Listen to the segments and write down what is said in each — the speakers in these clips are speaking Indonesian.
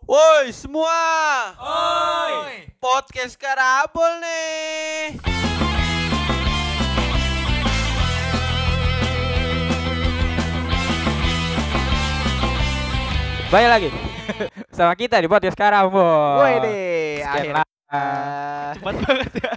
Woi semua, Oi. podcast Karabol nih. Balik lagi sama kita di podcast sekarang, Bo. Woi deh, Sekian akhirnya. Cepat banget ya.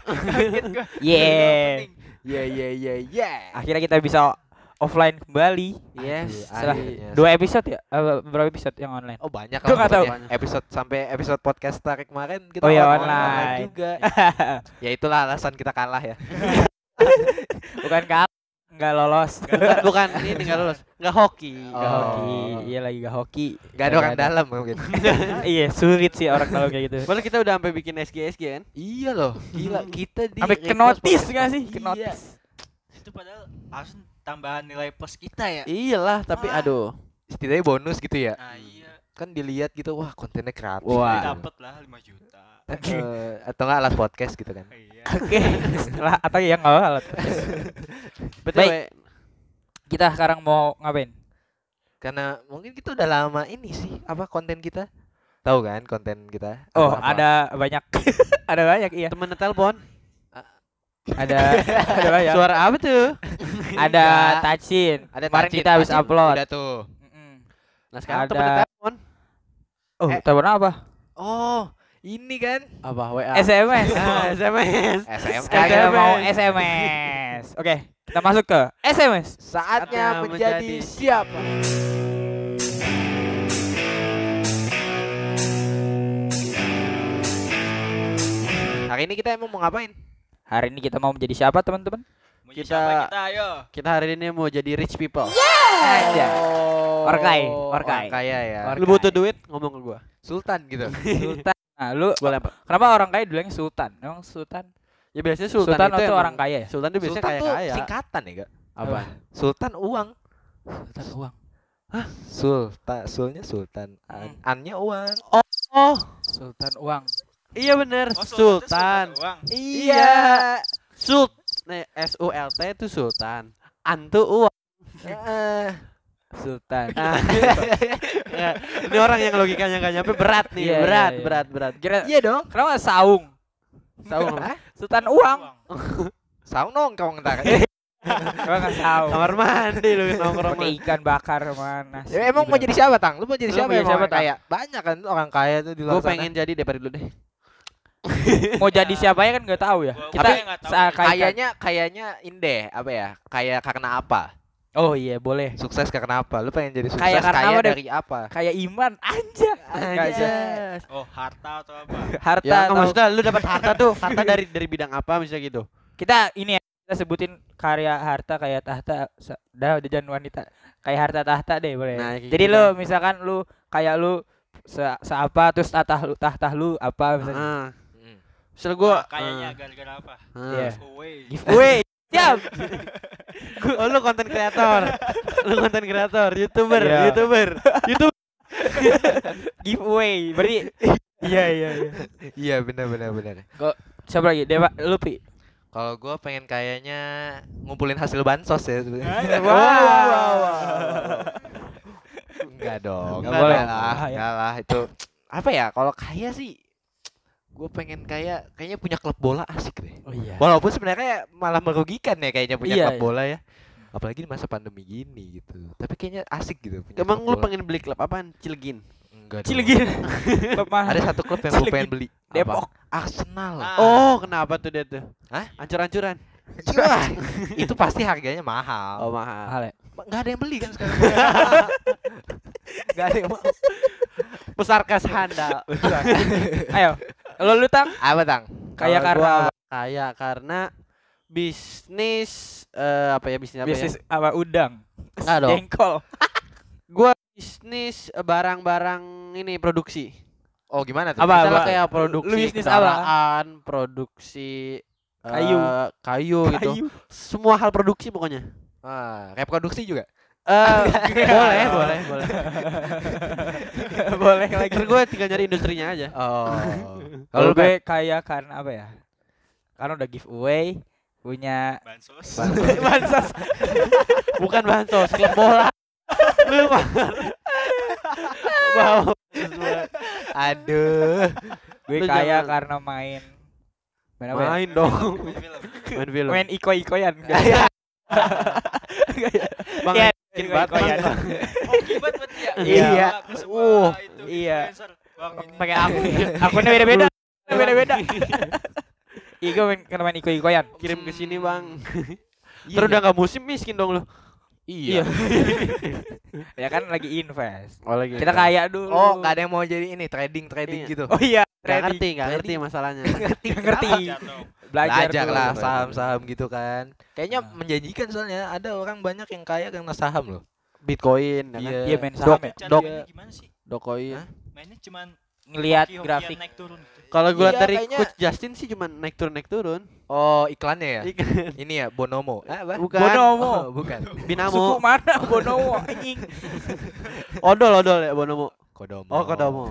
Yeah. Akhirnya kita bisa offline kembali. Yes. Setelah akhirnya. 2 episode ya? Berapa episode yang online? Oh banyak Gua nggak tahu. Episode sampai episode podcast tarik kemarin kita Oh iya, online online. juga. Ya itulah alasan kita kalah ya. Bukan kalah, nggak lolos. Bukan ini nggak lulus, nggak hoki. Nggak Oh. hoki. Iya lagi nggak hoki. Gak ada orang dalam mungkin. Iya, sulit sih orang kalau kayak gitu. Padahal kita udah sampai bikin SG kan? Iya loh, gila kita di Sampai ke request notice podcast. nggak sih? Ke Iya. notice. Itu padahal harus tambahan nilai plus kita ya. Iyalah, tapi aduh, setidaknya bonus gitu ya. Nah, iya. Kan dilihat gitu, wah kontennya kreatif. Wah. gitu. Dapat lah 5 juta. Atau enggak alat podcast gitu kan. Iya. Oke, setelah atau yang nggak alat. Betul. Baik. Kita sekarang mau ngapain? Karena mungkin kita udah lama ini sih, apa konten kita? Tahu kan konten kita? Oh, Apa-apa? ada banyak. Ada banyak, iya. Temen telepon. Ada banyak. Suara apa tuh? Ada Tacin. Ada Kemarin Tacin, kita habis Tacin upload. Udah tuh. Mm-mm. Nah sekarang Ada- temen telepon. Oh, Eh. telepon apa? Oh, ini kan Apa WA? SMS. SMS. SMS. Kita mau SMS. Oke, kita masuk ke SMS. Saatnya Saatnya menjadi menjadi siapa? Hari ini kita emang mau ngapain? Hari ini kita mau menjadi siapa, teman-teman? Mau Kita- siapa kita ayo. Kita hari ini mau jadi rich people. Aja. Oh, Orkai. kaya ya. Orkai. Lu butuh duit ngomong ke gua. Sultan gitu. Sultan. Nah, lu Gua lempar. kenapa orang kaya bilangnya Sultan? Emang Sultan? Ya biasanya Sultan, Sultan, itu itu emang- orang kaya ya? Sultan itu biasanya Sultan tuh kaya-kaya. singkatan ya, Kak? Apa? Sultan uang. Sultan uang. Sulnya Sultan. Hmm. Annya uang. Oh, Sultan uang. iya bener. Oh, Sultan. uang. Iya. Sult. Nih, SULT itu Sultan. Antu uang. Eh, Sultan. Ya, ini orang yang logikanya gak nyampe berat nih, Iya, berat, iya, iya. berat, berat. Kira Iya dong. kenapa saung? Saung apa? Sultan uang. Saung nongkrong ntar. Kenapa nggak saung? Kamar mandi lu nongkrong. Pakai ikan bakar sama nasi. Ya, emang mau jadi siapa, Tang? Lu mau jadi Lu siapa mau jadi emang siapa, orang kaya? Banyak kan orang kaya tuh di luar Gue sana. pengen jadi DPR dulu deh. Mau jadi siapanya kan nggak tahu ya. Gua- Kita gua yang nggak tahu nih. Kayaknya inde apa ya? Kaya karena apa? Oh iya boleh. Sukses karena apa? Lu pengen jadi sukses Kaya karena apa, Dep? dari apa? Kayak iman aja. Nggak bisa. Oh, harta atau apa? Harta. Ya, atau- maksudnya lu dapat harta tuh, harta dari bidang apa misalnya gitu. Kita ini ya, kita sebutin karya harta kayak tahta. Udah jangan wanita. Kayak harta tahta deh boleh. Nah, kayak Jadi gitu lu dah. misalkan lu kayak lu seapa terus tahta lu apa misalnya. Ah, Hmm. misalnya gue, Nah, kayaknya gara-gara apa? Iya. Giveaway. Giveaway. Siap. oh lu konten kreator, lu konten kreator, youtuber, Iya. youtuber. Giveaway. Berarti iya. Iya benar. Siapa lagi? Dewa lu Pi. Kalau gua pengen kayaknya ngumpulin hasil bansos ya sebenarnya. Enggak dong. Nggak boleh. Enggak lah itu. Apa ya? Kalau kaya sih gue pengen kayaknya punya klub bola asik deh. Oh iya. Walaupun sebenarnya malah merugikan ya kayaknya punya Iya, klub iya. bola ya. Apalagi di masa pandemi gini gitu. Tapi kayaknya asik gitu punya Emang klub lu bola. pengen beli klub apaan? Cilegin. Enggak. dong. Cilegin. Klub mana? Ada satu klub yang gue Cilegin. pengen beli. Depok. Arsenal. Ah. Oh, kenapa tuh dia tuh? Hah? Ancur-ancuran. Wah, itu pasti harganya mahal. Oh, mahal. Mahal ya? Nggak ada yang beli kan sekarang. Nggak ada yang mau. Pesarkas handal. Ayo. Lu Tang Apa Tang? kayak Kalau karena gua kaya karena bisnis apa ya bisnis apa bisnis ya? apa udang. Enggak dong. Jengkol. Gua bisnis barang-barang ini produksi. Oh gimana tuh? Apa? Misalnya kayak produksi Lu bisnis apa? kendaraan, produksi Kayu. kayu gitu. Kayu. Semua hal produksi pokoknya. Reproduksi juga. Boleh. Boleh lagi. Terus gue tinggal nyari industrinya aja. Oh. Kalau Kalau gue kayak karena apa ya? Karena udah giveaway, punya Bansos. bansos. Bukan bansos, klub bola. Lu mah. Wow. Aduh. Gue Lu kaya jangan- karena main apa ya? Main dong. Main film. Main film. Main iko-ikoyan. Bang, Iya, bikin iko-ikoyan. Bang. Oh, kibat berarti ya? Iya. Ke sebuah itu Iya. influencer. Bang ini. Pakai akunnya beda-beda. Beda-beda. Iya, gue karena main iko-ikoyan. Kirim ke sini, Bang. Iya, Terus udah enggak musim miskin dong lu. Iya. Ya kan lagi invest. Oh lagi. Kita kaya dulu. Oh, nggak ada yang mau jadi ini trading Iya. gitu. Oh iya, Enggak trading. ngerti masalahnya. Nggak ngerti. Belajar dong. Belajar Belajar dulu. lah saham-saham gitu kan. Kayaknya Nah. menjanjikan soalnya ada orang banyak yang kaya karena saham loh. Bitcoin ya kan. Iya. Iya, main saham ya. Cara Dok. mainnya gimana sih? Dokoin. Hah? Mainnya cuman Ngelihat hoki-hokian grafik. naik turun gitu. Kalau gua Iya, dari kayaknya- Coach Justin sih cuma naik turun. Oh, iklannya ya? Ikan. Ini ya Bonomo. Apa? Bukan. Bonomo. Oh, bukan. Suku Binamo. mana Bonomo anjing? Odol ya Bonomo. Kodomo. Oh, Kodomo.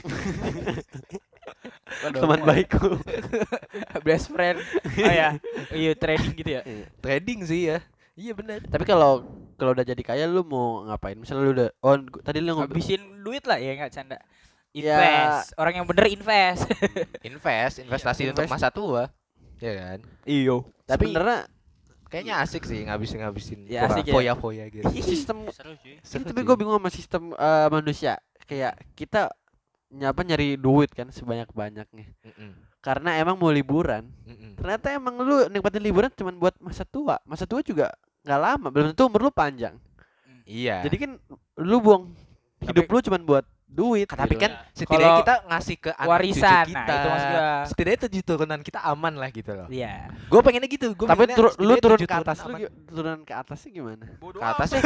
Teman baikku. Best friend. Oh ya, iya trading gitu ya. Trading sih ya. Iya benar. Tapi kalau udah jadi kaya lu mau ngapain? Misalnya lu udah tadi lu ngobrol. Habisin duit lah ya enggak canda. Ya. Invest. Orang yang bener invest. Investasi untuk masa tua. Ya kan? Iyo. Tapi Sebenarnya kayaknya asik sih ngabisin Ya, asik ya. foya-foya gitu. sistem Seru sih. Seru tapi sih. gue bingung sama sistem manusia. Kayak kita nyari duit kan sebanyak-banyaknya. Mm-mm. Karena emang mau liburan. Mm-mm. Ternyata emang lu nikmatin liburan cuman buat masa tua. Masa tua juga nggak lama, belum tentu umur lu panjang. Iya. Jadi kan lu buang hidup lu cuman buat duit. tapi gitu. kan setidaknya Kalau kita ngasih ke anak Warisan. cucu Nah, kita. itu maksud gua. Setidaknya 7 turunan kita aman lah gitu loh. Iya. Gue pengennya gitu. Gua Tapi pengennya lu setidaknya turun 7 ke atas turunan aman. turun ke atasnya gimana? Bodoh Ke atasnya.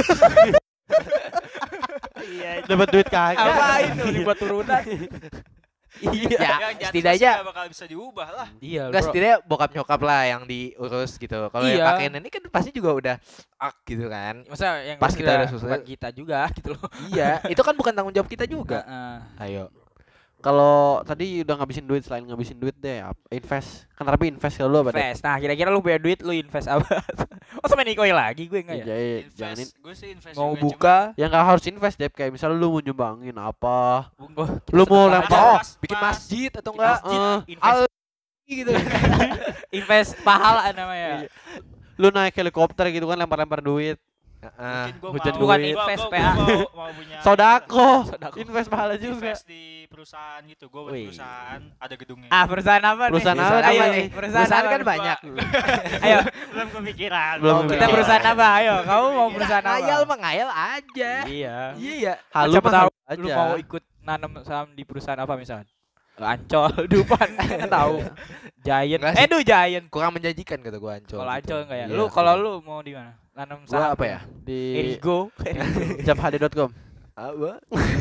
Iya. Dapat duit kagak. Apain lu dibuat turunan? Iya. Ya, yang di atas setidaknya- pasti nggak bakal bisa diubah lah. Iya, Enggak, bro. setidaknya bokap nyokap lah yang diurus gitu. Kalau yang Iya. kakek nenek kan pasti juga udah gitu kan. Masa yang Pas pas kita udah selesai. bukan kita juga gitu loh. Iya, itu kan bukan tanggung jawab kita juga. Heeh. Ayo. Kalau tadi udah ngabisin duit, selain ngabisin duit deh invest. Kan tapi invest kalau lu apa deh? Invest. Nah, kira-kira lu punya duit lu invest apa? Oh, sama Nikoy lagi gue enggak ya? Jangan Invest, gue sih invest Mau juga, buka, ya nggak harus invest deh, kayak misalnya lu mau nyumbangin apa, oh, lu mau cuma lempar, aja Oh, pas- bikin pas- masjid atau bikin enggak? masjid, invest, Gitu. invest pahala namanya. lu naik helikopter gitu kan lempar-lempar duit, Heeh. Mungkin gua hujan mau, bukan duit. invest, gua PA. mau punya sodako, Sodako. invest pahala juga. invest di perusahaan gitu. Gue buat Wih. perusahaan ada gedungnya. Ah, perusahaan apa nih? Perusahaan apa Ayo nih? nih, perusahaan Perusahaan apa kan nih? banyak. Ayo, Belum kepikiran. Belum kita kepikiran. perusahaan apa? Ayo, kamu mau perusahaan apa? Ngayal mah ngayal aja. Iya. Iya ya. Halu Siapa mah tahu halu lu aja. mau ikut nanam saham di perusahaan apa misalnya? Ancol, Dupan, kan tahu. Giant. Enggak sih. Giant. Kurang menjanjikan kata gua Ancol. Kalau gitu. Ancol enggak ya? Iya. Lu kalau lu mau di mana? Nanam Gua saham apa ya? Di Erigo. japhd.com. Apa?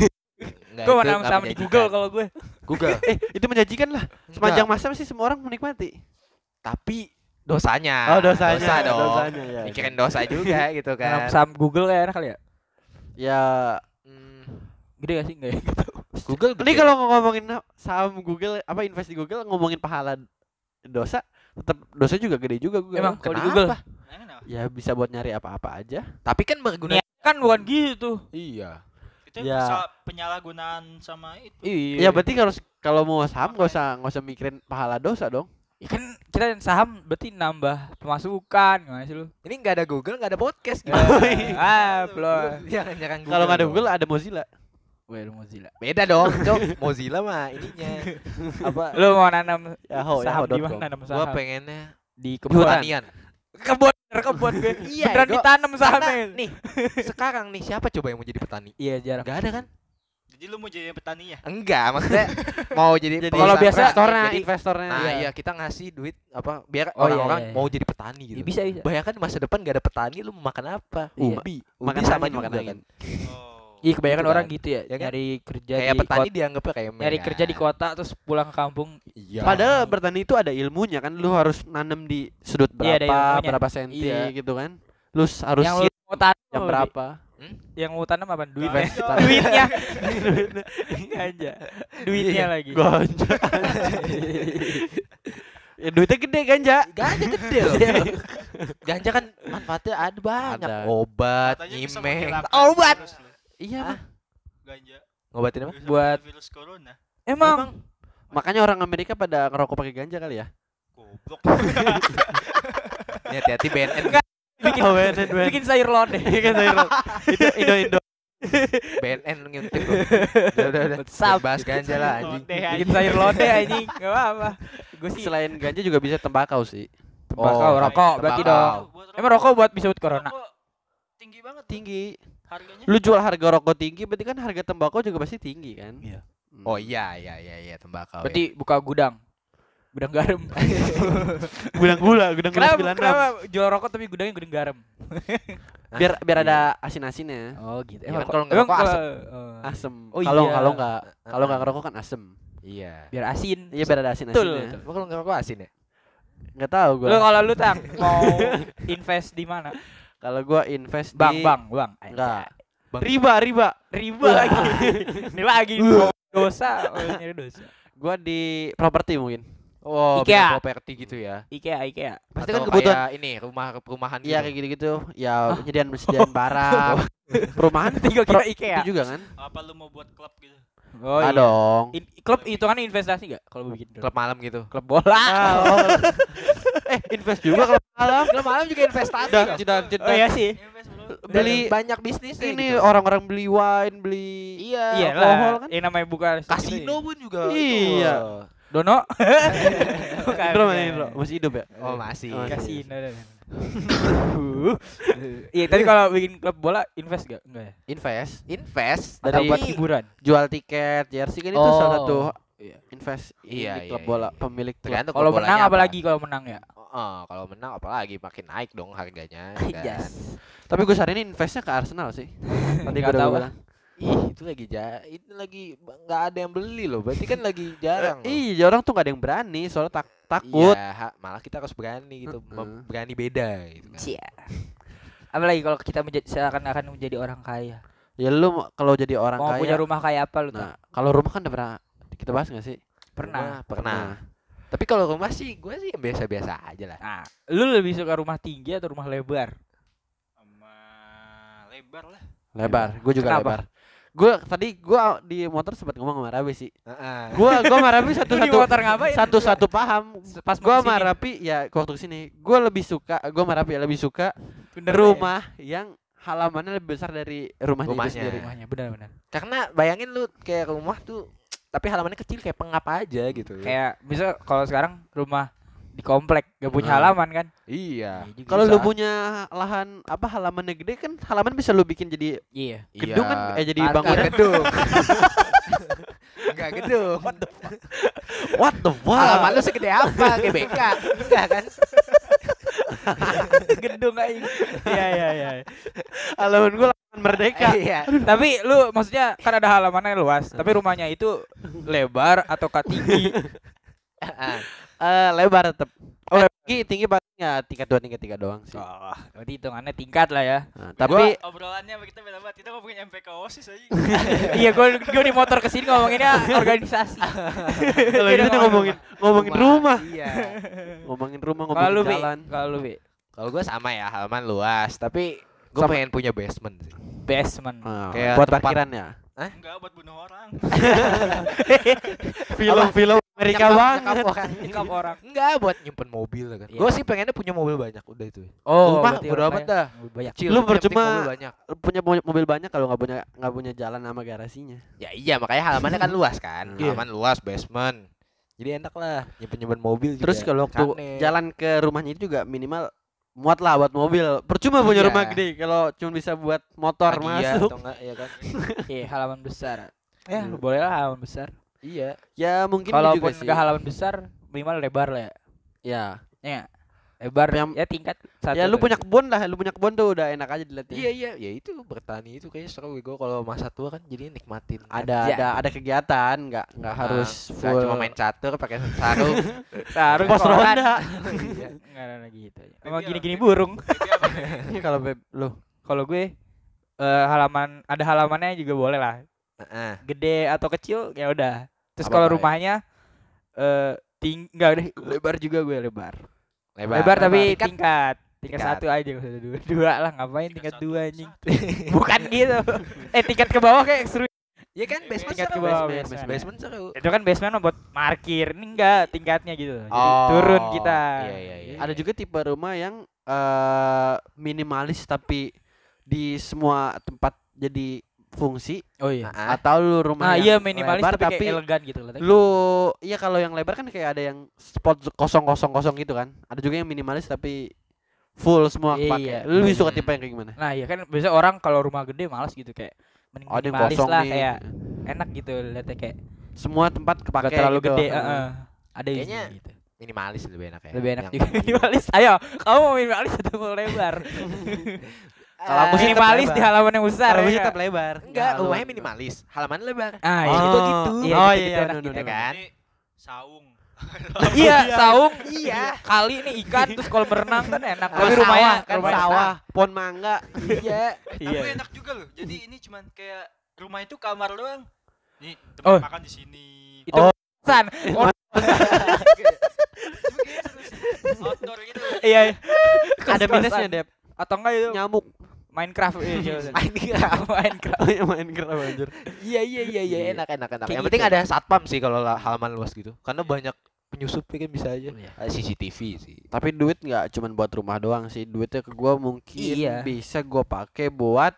Gue mau nanam saham di Google kalau gue. Google. Itu menjanjikan lah. Sepanjang masa sih semua orang menikmati. Tapi dosanya. Oh, dosanya. Dosa dong. Dosanya, ya. Mikirin dosa juga gitu Nanam kan. saham Google kayak enak kali ya? Ya, Hmm, Gede gak sih enggak ya? Gitu. Google ini gede. kalau ngomongin saham Google, apa invest di Google, ngomongin pahala dosa, tetap dosa juga gede juga Google. Emang kalau di Kenapa? Google. Nah, kenapa? Ya bisa buat nyari apa-apa aja. Tapi kan berguna. Niat kan bukan gitu. Iya. Itu Ya. penyalahgunaan sama itu. Ya berarti kalau mau saham nggak usah mikirin pahala dosa dong. Ya kan kita saham berarti nambah pemasukan gimana sih lu? Ini nggak ada Google, nggak ada podcast gitu. Belum. Jangan Kalau nggak ada Google ada Mozilla. Weh, lu Mozilla. beda dong, Cok. Mozilla mah ininya apa? Lu mau nanam Yahoo, saham di yahoo.com. mana nanam Gua saham? pengennya Di kebun. pertanian. Kebun gue. Iya, Beneran gua- ditanam Karena sahamnya. nih, sekarang nih siapa coba yang mau jadi petani? Iya, jarang. Enggak ada kan? Jadi lu mau jadi petani ya? Enggak, maksudnya mau jadi Jadi Kalau biasa investornya, jadi, investornya. nah iya. iya kita ngasih duit apa biar Oh, iya, orang-orang iya. mau jadi petani gitu. Ya, bisa bisa. Bayangkan di masa depan gak ada petani, lu mau makan apa? Iya. Ubi. Makan Ubi sama angin, juga makan kan. angin. Oh. Iya, kebanyakan Gitu orang kan. gitu ya, Ya kan? nyari kerja Kayak di petani kota, dianggapnya kayak nyari kerja di kota terus pulang ke kampung. Iya. Padahal bertani itu ada ilmunya kan, lu harus nanam di sudut Iya, ada berapa, ilmunya. berapa senti Iya. gitu kan. Lu harus Yang lu siap mau tanam jam apa, berapa. Di? Yang mau tanam apa? Duit. Investasi. Duitnya. Ganja. Duitnya lagi. Ganja. Ya duitnya gede ganja. Ganja gede loh. Ganja kan manfaatnya ada banyak. Ada. Obat, Katanya bisa nyimeng. menghilangkan Obat. virus lu. Iya, Hah? mah. Ganja. Ngobatin apa? Bisa Buat- menghilangkan virus corona. Emang Makanya orang Amerika pada ngerokok pakai ganja kali ya. Goblok. Ini hati-hati BNN. bikin bikin sayur lodeh. Kan sayur. Itu Indo. BNN ngintip gua. Udah. Sab. Bahas ganja lah anjing. Bikin sayur lodeh anjing. Enggak apa-apa. Gue sih Selain ganja juga bisa tembakau sih. tembakau, Oh, rokok berarti tembakau. dong. Emang rokok buat bisa buat corona? Rokok tinggi banget Tinggi. harganya. Lu jual harga rokok tinggi berarti kan harga tembakau juga pasti tinggi kan? Iya. Oh iya tembakau. Berarti buka gudang. Gudang garam. Gudang gula Kenapa 96. kenapa jual rokok tapi gudangnya gudang garam? Biar ada asin-asinnya. Oh gitu. Iya, kalau ngerokok asem. Asem. Oh, Kalau iya. kalau nggak ngerokok kan asem. Iya. biar asin. Iya biar ada Betul. asin-asinnya. Emang kalau ngerokok asin ya? Nggak tahu Lu gua. kalau lu Tang mau invest di mana? Kalau gua invest Bang. di Enggak. Bang. Riba. Riba lagi. Ini lagi dosa, nyari dosa. Gua di properti mungkin. Oh, Ikea. bidang properti gitu ya. IKEA. Pasti Atau kan kebutuhan. kayak ini perumahan Iya gitu. kayak gitu-gitu. Ya penyediaan barang. Perumahan Tiga kira IKEA. itu juga kan? Apa lu mau buat klub gitu? Oh Ah, iya. dong. Klub hitungannya investasi enggak kalau bikin Klub malam gitu. klub bola? Invest juga kalau malam. Klub malam juga investasi. Tidak Oh iya sih. Invest bro. beli banyak bisnisnya ini gitu. orang-orang beli wine, beli Iya. Iya alkohol lah. kan? Yang namanya buka Kasino pun juga. Iya. itu. Dono. Bukan, Indro bukan. mana Indro? Masih hidup ya? Oh masih. Oh, Kasino. Iya, tadi kalau bikin klub bola invest enggak? Enggak ya? Invest. Invest Atau Dari- buat hiburan? Jual tiket, jersey kan itu Oh. salah satu invest Iya, di klub iya, bola, iya. pemilik klub. Tergantung Kalau klub menang bolanya apa. apalagi kalau menang ya? Kalau menang apalagi makin naik dong harganya. ya kan? Yes. Tapi gue saat ini investnya ke Arsenal sih. Tadi Nggak gue tahu bilang. Ih, itu lagi itu lagi nggak ada yang beli loh. Berarti kan lagi jarang. loh. Iya, orang tuh gak ada yang berani soalnya takut. Iya, malah kita harus berani gitu, Heeh. berani beda gitu kan. Cia. Apalagi kalau kita seakan-akan menjadi orang kaya. Ya lu kalau jadi orang Mau kaya. punya rumah kayak apa lu? Nah, kalau rumah kan udah pernah kita bahas gak sih? Pernah. Pernah. Tapi kalau rumah sih gue sih yang biasa-biasa aja lah. Nah, lu lebih suka rumah tinggi atau rumah lebar? Sama lebar lah. Lebar, gue juga Kenapa? lebar. Gue tadi di motor sempat ngomong sama Rabi sih. Heeh. Gua sama Rabi Lu di satu-satu motor ngapain? satu-satu paham. Pas Gua mau sama kesini. Rapi ya waktu kesini. Gua sama Rapi lebih suka Bener rumah yang halamannya lebih besar dari rumahnya, Rumahnya. itu sendiri. ya? Rumahnya benar-benar. Karena bayangin lu kayak rumah tuh tapi halamannya kecil kayak pengap aja gitu. Kayak bisa kalau sekarang rumah di komplek gak punya Nah. halaman kan? iya. Iya juga. Kalau Bisa. lu punya lahan halamannya gede kan halaman bisa lu bikin jadi Iya. gedung kan jadi Enggak bangunan. gedung. Enggak gedung. What the fuck? Halaman lu segede apa? GBK? Enggak kan? Gedung aja. Iya iya. Halaman gua halaman merdeka. Iya. Tapi lu maksudnya kan ada halamannya luas, tapi rumahnya itu lebar atau tinggi? Lebar tetap. Tinggi paling ya tingkat 2 tingkat 3 doang sih. Oh, berarti hitungannya tingkat lah ya. Nah, tapi Obrolannya sama kita beda banget. Kita ngomongin MPK OSIS aja. Iya, gue di motor kesini ngomonginnya organisasi. kalau gitu kita ngomongin rumah. Iya. Ngomongin rumah, Kalau lu, ngomongin Bi, jalan. kalau lu, Bi, Kalau gue sama ya, halaman luas, tapi gue Sama. pengen punya basement sih. basement. Kayak Buat tempat- parkiran ya. Enggak buat bunuh orang. Film-film Amerika banget. Nyekap orang. Enggak buat nyimpen mobil kan. Iya. Gue sih pengennya punya mobil banyak udah itu. Oh, Rumah berarti bodo orang amat kaya. dah. Banyak. Kecil, Lu yang penting percuma- mobil banyak. Punya mobil banyak kalau nggak punya jalan sama garasinya. Ya iya makanya halamannya kan luas kan. Iya. Halaman luas basement. Jadi enak lah nyimpen mobil juga. Terus kalau waktu Kane. jalan ke rumahnya itu juga minimal muat lah buat mobil. Percuma punya Iya. rumah gede kalau cuma bisa buat motor Hadiah masuk. atau enggak ya kan. Iya, halaman besar. Ya, lu boleh lah halaman besar. Iya. Ya mungkin Kalaupun juga sih. enggak halaman besar, minimal lebar lah ya. Ya. Ya. Lebar Yang- ya tingkat satu. Ya lu tuh. punya kebun lah, lu punya kebun tuh udah enak aja dilihatnya. Iya iya, ya itu bertani itu kayaknya seru gue kalau masa tua kan jadi nikmatin. kan. Ada kegiatan, nggak Nah, harus nggak full cuma main catur pakai sarung. sarung pos koran. ronda. Iya. Enggak ada lagi gitu aja. Sama Baby gini-gini apa? burung. Ini kalau beb lu Kalau gue ada halamannya juga boleh lah. Heeh. Gede atau kecil ya udah. Terus Apa kalau baik? rumahnya enggak deh, lebar juga gue lebar. Lebar. Lebar tapi Tingkat- tingkat Tingkat. satu aja nggak usah dua lah ngapain tingkat Satu, dua anjing. satu. Bukan gitu. Tingkat ke bawah kayak seru. Iya kan basement Tingkat seru. ke bawah, Basement, basement. basement seru. Itu kan basement mah buat parkir, ini enggak tingkatnya gitu. Jadi Oh, turun kita. Iya. Ada juga tipe rumah yang minimalis tapi di semua tempat jadi fungsi, Oh iya. atau lu rumah Nah, yang iya minimalis lebar, tapi kayak elegan gitu loh. lu iya kalau yang lebar kan kayak ada yang spot kosong gitu kan. Ada juga yang minimalis tapi full semua Iya. kepake. Lu lebih suka tipe yang kayak gimana? Nah, iya kan biasa orang kalau rumah gede malas gitu kayak mending Ada yang minimalis kosong lah nih. kayak enak gitu lihatnya kayak Semua tempat gak kepake terlalu gitu. gede, Heeh. Ada Kayaknya isinya gitu. Minimalis lebih enak ya. Lebih enak Yang juga minimalis. Ayo, kamu mau minimalis atau mau lebar? Kalau aku sih tetap minimalis lebar. di halaman yang besar. Kalau ya gue sih nggak? tetap lebar. Enggak, Halaman. rumahnya minimalis, halaman lebar. Ah, Oh, iya. gitu gitu. Iya, Oh gitu, iya, enak no, gitu. Ya kan? Ini saung. Iya, saung. Iya. Kali ini ikan terus kalau berenang kan enak. Tapi Tapi rumahnya rumahnya kan rumahnya sawah, pohon mangga. Iya. Iya. Tapi enak juga loh. Jadi ini cuman kayak rumah itu kamar doang. Nih, Oh. tempat makan di sini. Itu Oh. san. Oh, Outdoor gitu. iya. Ada Kos-kosan. minusnya, Dep. Atau enggak itu Nyamuk. Minecraft iya. Minecraft. Oh iya main kerap anjir. Iya, enak. Kayak Yang penting gitu. ada satpam sih kalau halaman luas gitu. Karena banyak penyusup ya kan bisa aja. Iya. Ada CCTV sih. Tapi duit nggak cuman buat rumah doang sih. Duitnya ke gua mungkin Iya. bisa gua pakai buat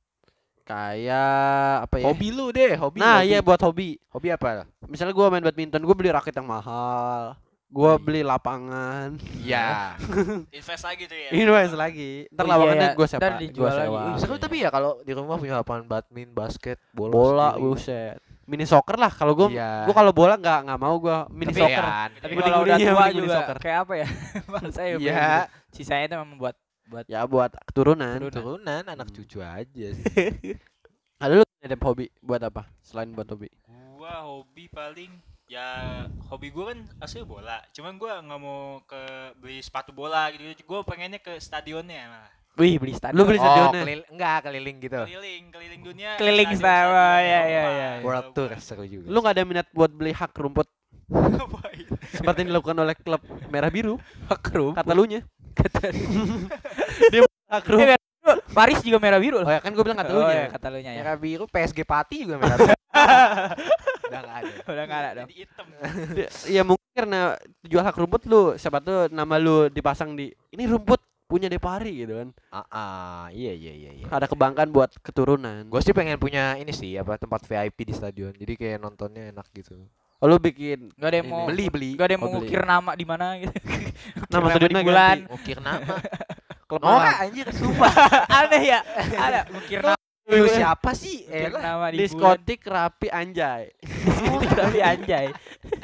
kayak apa ya? Hobi lu deh, hobi. Nah, hobi. iya buat hobi. Hobi apa? Misalnya gua main badminton, gua beli raket yang mahal. Gua beli lapangan. Iya. Invest lagi tuh ya. Invest lagi. Ntar Oh, lapangannya iya, gua ntar sewa. dijual Gua lagi. sewa. Seru tapi ya kalau di rumah punya lapangan badminton, basket, bola. Bola, sendiri. buset. Mini soccer lah kalau gua. Iya. Gua kalau bola nggak mau gua mini Tapi soccer. kan, Tapi Mending kalau udah beli- tua mending beli juga soccer. kayak apa ya? Maksud saya Iya. sisanya itu memang buat Ya buat keturunan. Turunan anak cucu aja sih. Ada lu ada hobi buat apa selain buat hobi? Gua hobi paling ya hobi gua kan asli bola. Cuman gua nggak mau ke beli sepatu bola gitu. Gua pengennya ke stadionnya malah. Wih, beli stadion. Lu beli Oh, stadionnya? keliling gitu. Keliling dunia. Keliling stadion-stadion sama, Eropa. ya, ya, ya. World tour seru juga. Lu nggak ada minat buat beli hak rumput Ngapain? seperti yang dilakukan oleh klub merah biru? Hak rumput. Kata lu nya. Dia hak rumput. Paris juga merah biru loh. Oh ya kan gue bilang kata lu Oh, nya. ya, kata lu nya ya. Merah biru PSG Pati juga merah. Udah enggak ada. Udah enggak ada dong. Jadi hitam. Iya mungkin karena jual hak rumput lu, siapa tuh nama lu dipasang di ini rumput punya Depari gitu kan. Iya. Ada kebanggaan buat keturunan. Gue sih pengen punya ini sih apa tempat VIP di stadion. Jadi kayak nontonnya enak gitu. Oh, lu bikin Enggak ada yang Ini. mau Beli. Enggak ada yang Oh, mau beli. ngukir nama di mana gitu. nama Ukir stadionnya di bulan. ganti. Ukir nama. Klub Noah malam. anjir sumpah. Aneh ya. Ada ukir nama, Lu siapa sih? ukir Elah. nama di bulan. Diskotik Rapi Anjay. Tapi anjay.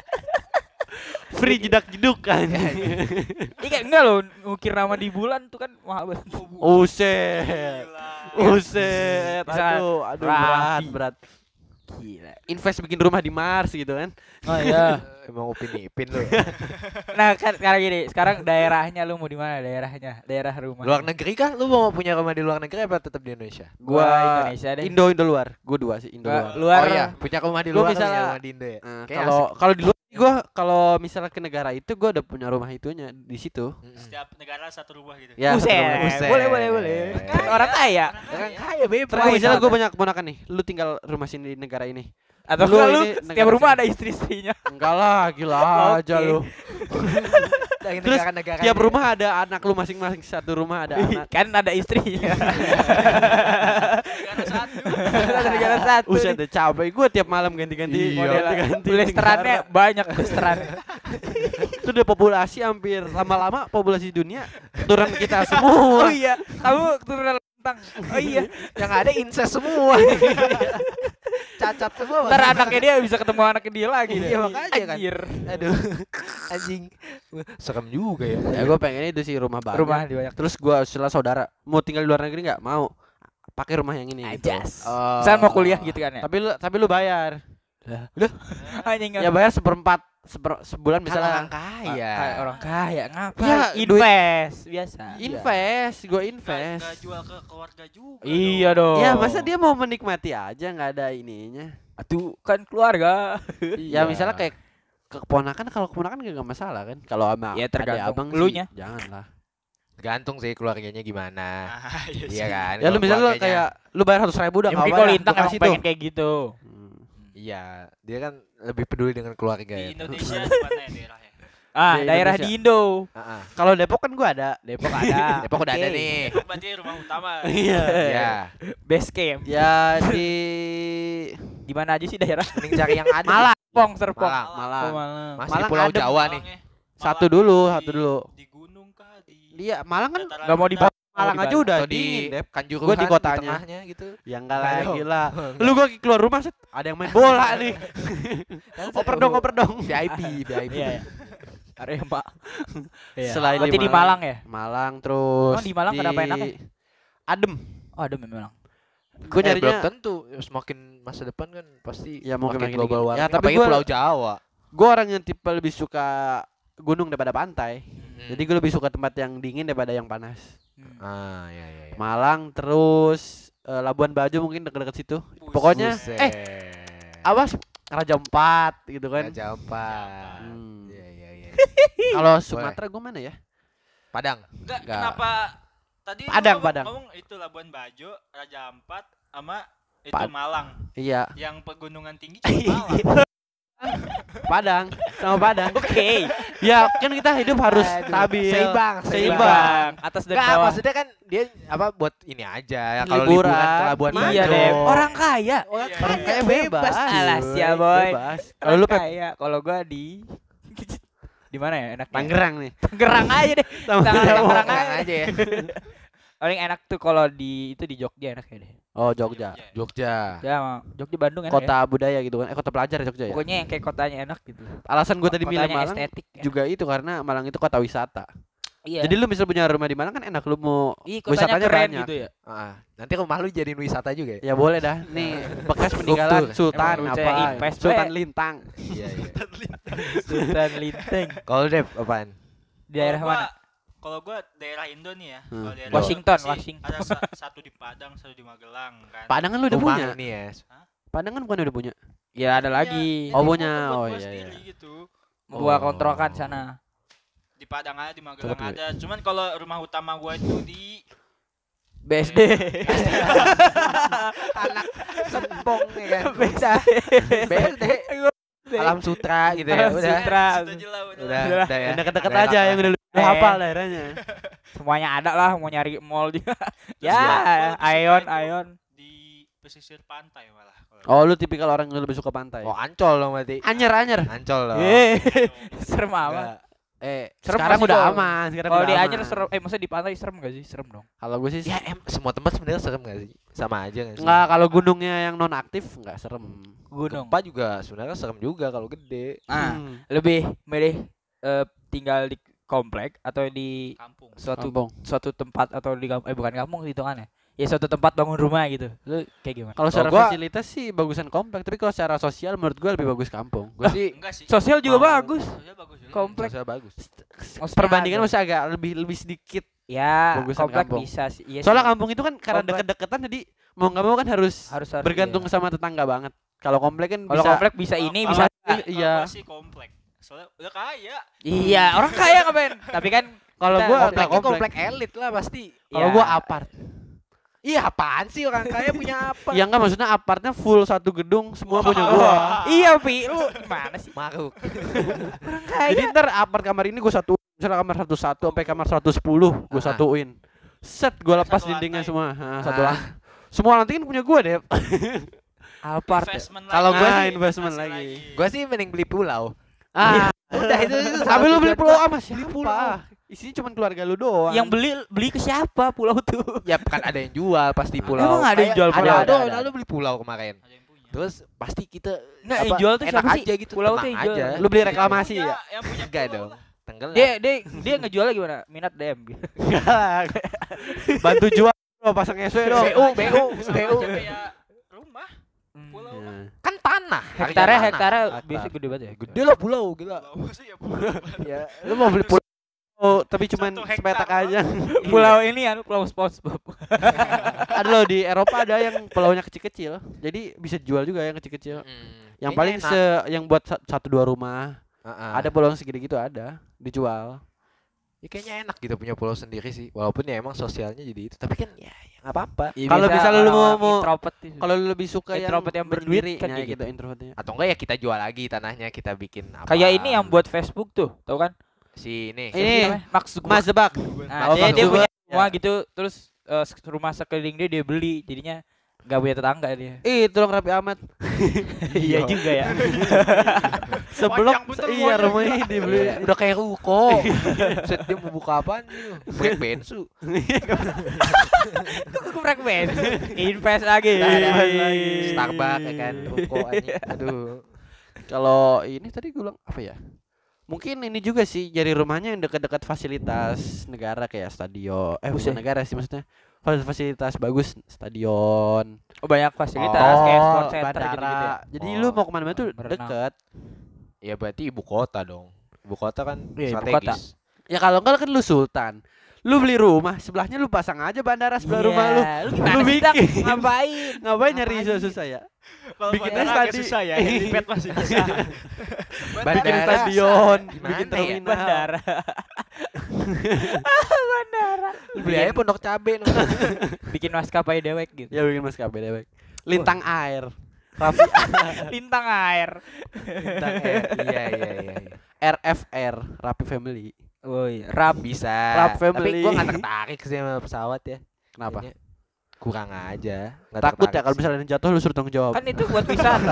Free jedak jeduk kan. Ini kayak enggak loh, ngukir nama di bulan tuh kan mahal banget. Uset. Uset. Misalkan Aduh berat, Raffi. berat. Gila. Invest bikin rumah di Mars gitu kan. Oh iya. Emang Upin lu. Nah, kan sekarang gini, sekarang daerahnya lu mau di mana daerahnya? Daerah rumah. Luar negeri kah? Lu mau punya rumah di luar negeri apa tetap di Indonesia? Gua Indonesia deh. Indo luar. Gua dua sih Indo Gua luar. luar. Oh iya, punya rumah di Lu luar misalnya- punya rumah di Indo ya. Kayak Kalau di luar gua kalau misalnya ke negara itu gua udah punya rumah itunya di situ. asik. Setiap negara satu rumah gitu. Ya, Buset. satu rumah. Buset. Boleh. Kan orang kaya. Orang kaya bebas. Terus misalnya gua banyak keponakan nih, lu tinggal rumah sini di negara ini. Atau Lu enggak lu ini setiap negara rumah sini. ada istri-istrinya. Enggak lah, gila aja Oke. lu. Dari Terus negara-negara Tiap ini. rumah ada anak lu masing-masing, satu rumah ada anak. Kan ada istrinya. Negara satu. Ada negara satu. Uset deh capek gua tiap malam ganti-ganti Iya. model Model ganti. Blasterannya banyak blasteran. Itu udah populasi hampir lama-lama populasi dunia turun kita semua. Oh iya, kamu turunan lentang. Oh iya. Yang ada incest semua. Cacat semua. Ntar anaknya dia bisa ketemu anaknya dia lagi deh. Iya, makanya kan. Anjir. Aduh. Anjing. Serem juga ya. Ya gua pengen itu sih rumah banyak. Rumah di banyak. Terus gua setelah saudara mau tinggal di luar negeri nggak mau pakai rumah yang ini gitu. Ajas. Oh. Misal mau kuliah gitu kan ya. Tapi lu bayar. Anjing Ya bayar sebulan Misalnya misalnya. orang kaya. kayak orang kaya ngapain? Ya, Invest biasa. Invest, gua Nggak invest. jual ke keluarga juga. Iya dong. Ya masa dia mau menikmati aja nggak ada ininya. Aduh, kan keluarga. Ya misalnya kayak ke keponakan, kalau keponakan nggak masalah kan. Kalau sama Ya, adik tergantung abang elunya. sih janganlah. Tergantung sih keluarganya gimana. Ah, iya Iya sih. kan. Ya lu Kalau misalnya lu keluarganya- kayak lu bayar 100.000 udah Ya, nggak mungkin apa-apa kalau dah, Lintang gua emang kasih pengen tuh. kayak gitu. Iya, dia kan lebih peduli dengan keluarga Di ya. Indonesia di mana ya daerahnya? Ah, Di daerah Indonesia. di Indo. Heeh. Kalau Depok kan gua ada. Depok ada. Depok udah ada Oke. nih. Depok berarti rumah utama. Iya. Iya. Base camp. Ya di Di mana aja sih daerah? Mending cari yang ada. Malang. Serpong. Malang. Malang. Oh, Malang. Masih di Malang Pulau adem. Jawa nih. Malangnya. Satu Malang dulu, di- satu dulu. Di gunung kah di Iya, Malang kan dataran nggak mau rendah? Malang di aja Bali. udah Atau di dingin, Dep. Kanjuruhan Gua di kotanya. tengahnya gitu. Ya enggak Nggak lagi dong. lah. Lu gua keluar rumah set, ada yang main bola nih. Oper dong. VIP. Iya, ya. Arema. Iya. Selain Berarti di Malang ya? Malang terus. Oh, di Malang kenapa enaknya? Adem. Oh, ada memang. Gue Belum nyarinya tentu. Semakin masa depan kan pasti Ya, mungkin makin makin global dingin. warming. Ya, tapi Apalagi gua- Pulau Jawa. gue orang yang tipe lebih suka gunung daripada pantai. Hmm. Jadi gue lebih suka tempat yang dingin daripada yang panas. Ah, ya. Malang terus Labuan Bajo mungkin dekat-dekat situ. Pokoknya Buset. awas Raja Empat gitu kan. Raja Ampat. Hmm. Iya. Kalau Sumatera gue mana ya? Padang. Enggak, Nggak. kenapa tadi lu Padang, ngomong- Padang. ngomong itu Labuan Bajo, Raja Ampat sama itu Pad- Malang. Iya, Yang pegunungan tinggi cuma Malang. Padang sama Padang. Oke. Ya kan kita hidup harus Aduh, stabil. seimbang. Seimbang. Atas dan Enggak, bawah. maksudnya kan dia apa buat ini aja ya kalau Liburan. liburan ke Labuan Iya, Bajo. Dep. Orang kaya. Iya, Orang iya. kaya Kayak bebas. cuy. Alas ya, boy. Bebas. Kalau lu Pep, kaya, kalau gua di di mana ya enaknya? Tangerang nih. Tangerang aja deh. Sama Tangerang Tenang aja. aja ya. Paling enak tuh kalau di itu di Jogja enaknya deh. Oh, Jogja. Jogja. Ya, sama Jogja Bandung enak ya. Kota budaya gitu kan. Kota pelajar ya Jogja ya. Pokoknya yang kayak kotanya enak gitu. Alasan gue tadi milih Kotanya Malang estetik. Ya. juga itu karena Malang itu kota wisata. Iya. Jadi lu misal punya rumah di Malang kan enak, lu mau Ih, kotanya wisatanya keren banyak. gitu ya. Nanti rumah lu jadiin wisata juga ya? Ya boleh dah. Nih bekas peninggalan Struktur. Sultan Emang apa? saya invest, Sultan we. Lintang. Iya. Sultan Linteng. Kalau Dep apaan? Di daerah Kalau gua- mana? Kalau gua daerah Indo nih ya. Hmm. Kalau daerah Washington, Indo pasti Washington. Ada satu di Padang, satu di Magelang kan. Padang kan lu udah Rumah punya. ini ya. Padang kan bukan udah punya. Ya ada lagi. Oh, Jadi punya. gua buat Oh, gua iya, sendiri iya. gitu. Gua Oh. kontrakan sana. Di Padang ada, di Magelang Cepet, ada. Cuman kalau rumah utama gua itu di BSD. Sempong ya kan. Beda. BSD. Alam Sutra gitu ya. Alam Udah. Sutra. Situ aja lah, udah. Udah ya. Yang deket-deket Udah aja enak yang lah. udah lu hafal daerahnya. Semuanya ada lah, mau nyari mall juga. Terus Ya, gua lebih suka Ion, itu Ion. di pesisir pantai malah. Oh, lu tipikal orang yang lebih suka pantai. Oh, Ancol dong berarti. Anyer. Ancol dong. Serem amat. Enggak. Serem Sekarang masih udah kok. aman, sekarang Kalau udah di aman. Anyer serem, maksudnya di pantai serem gak sih? Serem dong. Kalau gue sih Ya semua tempat sebenarnya serem gak sih? Sama aja gak sih? enggak, kalau gunungnya yang non aktif enggak serem. Gunung. Gempa juga sebenarnya serem juga kalau gede. Ah, Hmm. lebih milih tinggal di komplek atau di Kampung. suatu tempat atau di bukan kampung hitungannya. Ya suatu tempat bangun rumah gitu. Lu kayak gimana? Kalau secara gua- fasilitas sih bagusan komplek, tapi kalau secara sosial menurut gue lebih bagus kampung. Gue sih Enggak sih. Sosial juga Mau- bagus. Sosial bagus juga. Komplek. sosial bagus. Maksudnya Perbandingan ada. masih agak lebih sedikit. Ya, bagusan komplek kampung. bisa sih. Iya Soalnya sih. kampung itu kan karena Komplek. deket-deketan jadi mau nggak mau kan harus harus bergantung iya. sama tetangga banget. Kalau komplek kan Kalau bisa komplek bisa ini Kalau bisa gua- iya. kalau gua sih komplek. Soalnya udah kaya. iya, orang kaya ngapain? Tapi kan Kalau kita- gua Kompleknya nggak komplek. komplek elit lah pasti. Kalau ya, gua apart. Iya apaan sih orang kaya punya apa? Ya enggak maksudnya apartnya full satu gedung semua punya gua. Iya, Pi, lu gimana sih? Maruk. Jadi ntar apart kamar ini gua satu, misalnya kamar 101 sampai kamar 110 gua Ah. satuin. Set gua lepas Satu dindingnya lantai. semua. Satu Ah. lantai. Semua lantai kan punya gua deh. Apart. Investment Kalau lagi. gua Nah, sih- investment Masih lagi. Gue sih mending beli pulau. Ah, Udah itu tapi lu beli pulau apa? sama siapa? Isinya cuma keluarga lu doang. Yang beli ke siapa pulau tuh? Ya kan ada yang jual pasti pulau. Emang ada yang jual pulau? Ada, Ada. lalu beli pulau kemarin. Ada yang punya. Terus pasti kita Nggak, yang apa, jual tuh enak siapa sih? aja gitu. Pulau tenang tuh yang jual. aja. Lu beli reklamasi Yang ya? punya- Yang punya Enggak pulau dong. lah. Tenggelam. Dia ngejualnya gimana? Minat DM gitu. Bantu jual lo pasang SW dong. BU. Sama aja kayak rumah. Pulau Ya. Kan tanah. Hektarnya harga tanah. hektarnya biasa gede banget ya. Gede lah pulau gila. Pulau sih ya pulau. Ya. Lu mau beli pulau tapi cuman 1 hektar sepetak doang. aja. Pulau ini pulau SpongeBob. Ada loh di Eropa ada yang pulaunya kecil-kecil. Jadi bisa dijual juga yang kecil-kecil. Yang Kayaknya paling enak. yang buat 1-2 rumah. Heeh. Ada pulau yang segede gitu ada dijual. Ya kayaknya enak gitu punya pulau sendiri sih. Walaupun ya emang sosialnya jadi itu. Tapi kan ya nggak apa-apa. Ya, Kalau biasa misalnya lu orang-orang mau- introvert itu. Kalau lu lebih suka yang Introvert yang berduit sendiri, kan ya kayak gitu gitu. introvertnya. Atau enggak ya kita jual lagi tanahnya, kita bikin apa? Kayak ini yang buat Facebook tuh, tau kan? si ini. Ini Siapa sih namanya? Max Zuckerberg. Mas Zebak. Nah, Oh, dia Max punya Zuckerberg. rumah Ya. gitu, terus rumah sekeliling dia beli, jadinya nggak punya tetangga dia. Ih, tolong Raffi Ahmad. Iya juga ya. Sebelum Panjang betul iya rumahnya. rumahnya dibeli. Iya, udah kayak ruko. Set dia mau buka apaan nih? Break bensu. Fragment. Invest lagi. Starbucks ya kan, ruko anjing. Aduh. Kalau ini tadi gue bilang apa ya? Mungkin ini juga sih jadi rumahnya yang dekat-dekat fasilitas negara kayak stadion. Bukan Buset. negara sih maksudnya. Fasilitas bagus, stadion, Oh, banyak fasilitas kayak sport center bandara. gitu-gitu ya. Jadi Oh. lu mau kemana-mana tuh Berenang. deket. Ya berarti ibu kota dong. Ibu kota kan Iya, ibu strategis. Ya kalau enggak kan lu sultan. Lu beli rumah, sebelahnya lu pasang aja bandara sebelah rumah lu. Lu gimana Lu sih, Tak? bikin. Ngapain? Ngapain nyari susah-susah ya? Kalau Bikin bandara agak tadi. susah ya, helipad masih bisa. Bikin Bandara. stadion, Gimana bikin ya? terminal. Bandara. Bandara. Lu beli aja pondok cabe no. Bikin maskapai dewek gitu. Ya bikin maskapai dewek. Lintang air. Raffi Lintang air. Bintang air. Iya iya iya. RFR, Raffi Family. Oh iya, rap. Bisa. Rap Tapi family. gua nggak tertarik sih sama pesawat ya. Kenapa? Kayaknya kurang aja. Nggak Takut ya tertarik kalau sih. misalnya ada yang jatuh lu suruh tanggung jawab. Kan itu buat wisata.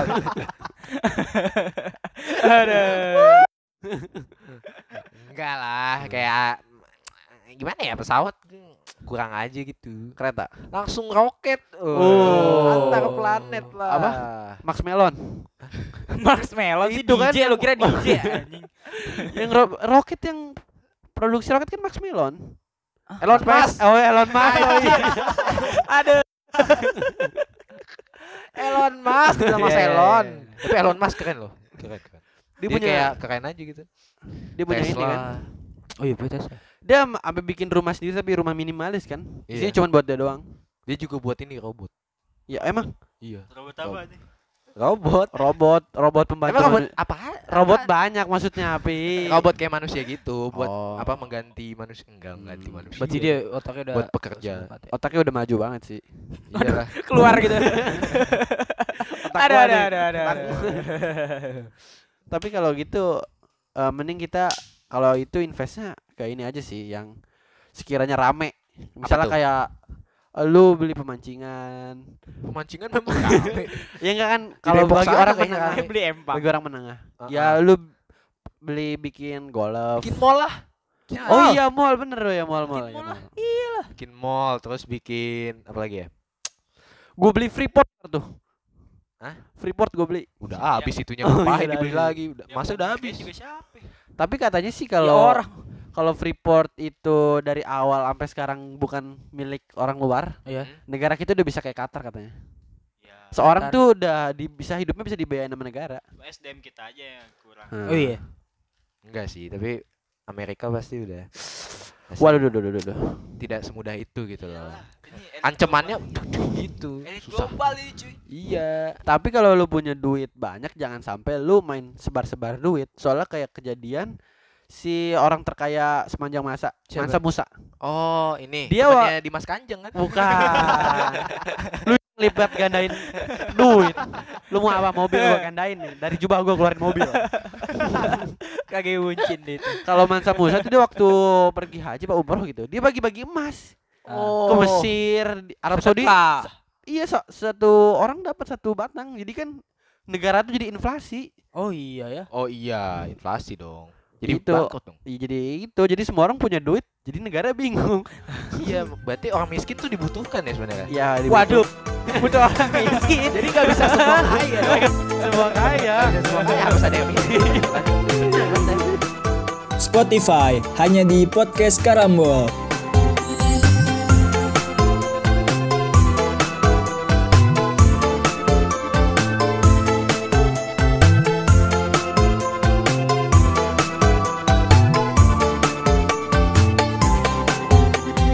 Aduh. Enggak lah, kayak gimana ya pesawat kurang aja gitu. Kereta. Langsung roket. Oh. Antar planet lah. Apa? Max Melon. Marshmallow sih Itu kan DJ, lu yang- kira DJ anjing. Yang roket yang produksi roket kan Max Melon. Elon Musk. Oh, Elon Musk. Oh, iya. Aduh. Elon Musk sama Mas Iya, iya, Elon. iya. Tapi Elon Musk keren loh. Keren. Dia Dia punya kayak keren aja gitu. dia punya ini kan. Oh iya, betul. Dia sampai bikin rumah sendiri tapi rumah minimalis kan. Di sini Iya. cuma buat dia doang. Dia juga buat ini robot. Ya emang Iya. Robot apa nih? Robot. robot pembantu. Emang robot manu- apa? robot banyak maksudnya Api. Robot kayak manusia gitu, buat Oh. apa mengganti manusia? Enggak, mengganti manusia. Berarti dia otaknya udah Buat pekerja. semangat ya. Otaknya udah maju banget sih. Iya lah. Keluar gitu. Otak Ada gua ada nih. ada ada. Tapi kalau gitu mending kita kalau itu investnya kayak ini aja sih yang sekiranya rame. Misalnya tuh? kayak lu beli pemancingan. Pemancingan memang rame. Ya enggak kan kalau Depok bagi sana orang kayaknya menengah. rame. Beli empang. Bagi orang menengah. Uh-uh. Ya lu beli bikin golf. Bikin mall lah. Oh iya mall bener loh ya mall. Bikin Ya, mall lah. mall. Bikin mall, terus bikin apa lagi ya? Gue beli Freeport tuh. Hah? Freeport gue beli. Udah habis itunya Oh, ngapain iya, dibeli iya. lagi? Udah, Yang masa mau udah bikin habis? juga siapa? Tapi katanya sih Ya, kalau orang. kalau Freeport itu dari awal sampai sekarang bukan milik orang luar, Iya. negara kita udah bisa kayak Qatar katanya. Ya, Seorang Qatar. tuh udah bisa hidupnya bisa dibiayain sama negara. SDM kita aja yang kurang. Oh iya. Enggak sih, tapi Amerika pasti udah. Pasti Waduh, duh. tidak semudah itu gitu loh. Iyalah, ini elit Ancamannya global. gitu. Elit Susah. global ini cuy. Iya. Tapi kalau lu punya duit banyak, jangan sampai lu main sebar-sebar duit. Soalnya kayak kejadian si orang terkaya sepanjang masa, Siapa? Mansa Musa. Oh, ini. Dia temannya Dimas Kanjeng kan? Bukan. Lu lipat gandain duit. Lu mau apa mobil gua gandain nih. Dari jubah gua keluarin mobil. Kagak buncin deh itu. Kalau Mansa Musa itu dia waktu pergi haji Pak umroh gitu, dia bagi-bagi emas Oh. ke Mesir, di Arab Saudi. Sedekah. Iya, satu orang dapat satu batang. Jadi kan negara tuh jadi inflasi. Oh iya ya. Oh iya, inflasi dong. Jadi Itu. bangkrut dong. Iya, jadi itu. Jadi semua orang punya duit, jadi negara bingung. Iya, berarti orang miskin tuh dibutuhkan ya sebenarnya. Ya, Waduh. Butuh orang miskin. Jadi nggak bisa semua kaya dong. semua kaya. Semua kaya harus ada yang miskin. Spotify hanya di podcast Karambol.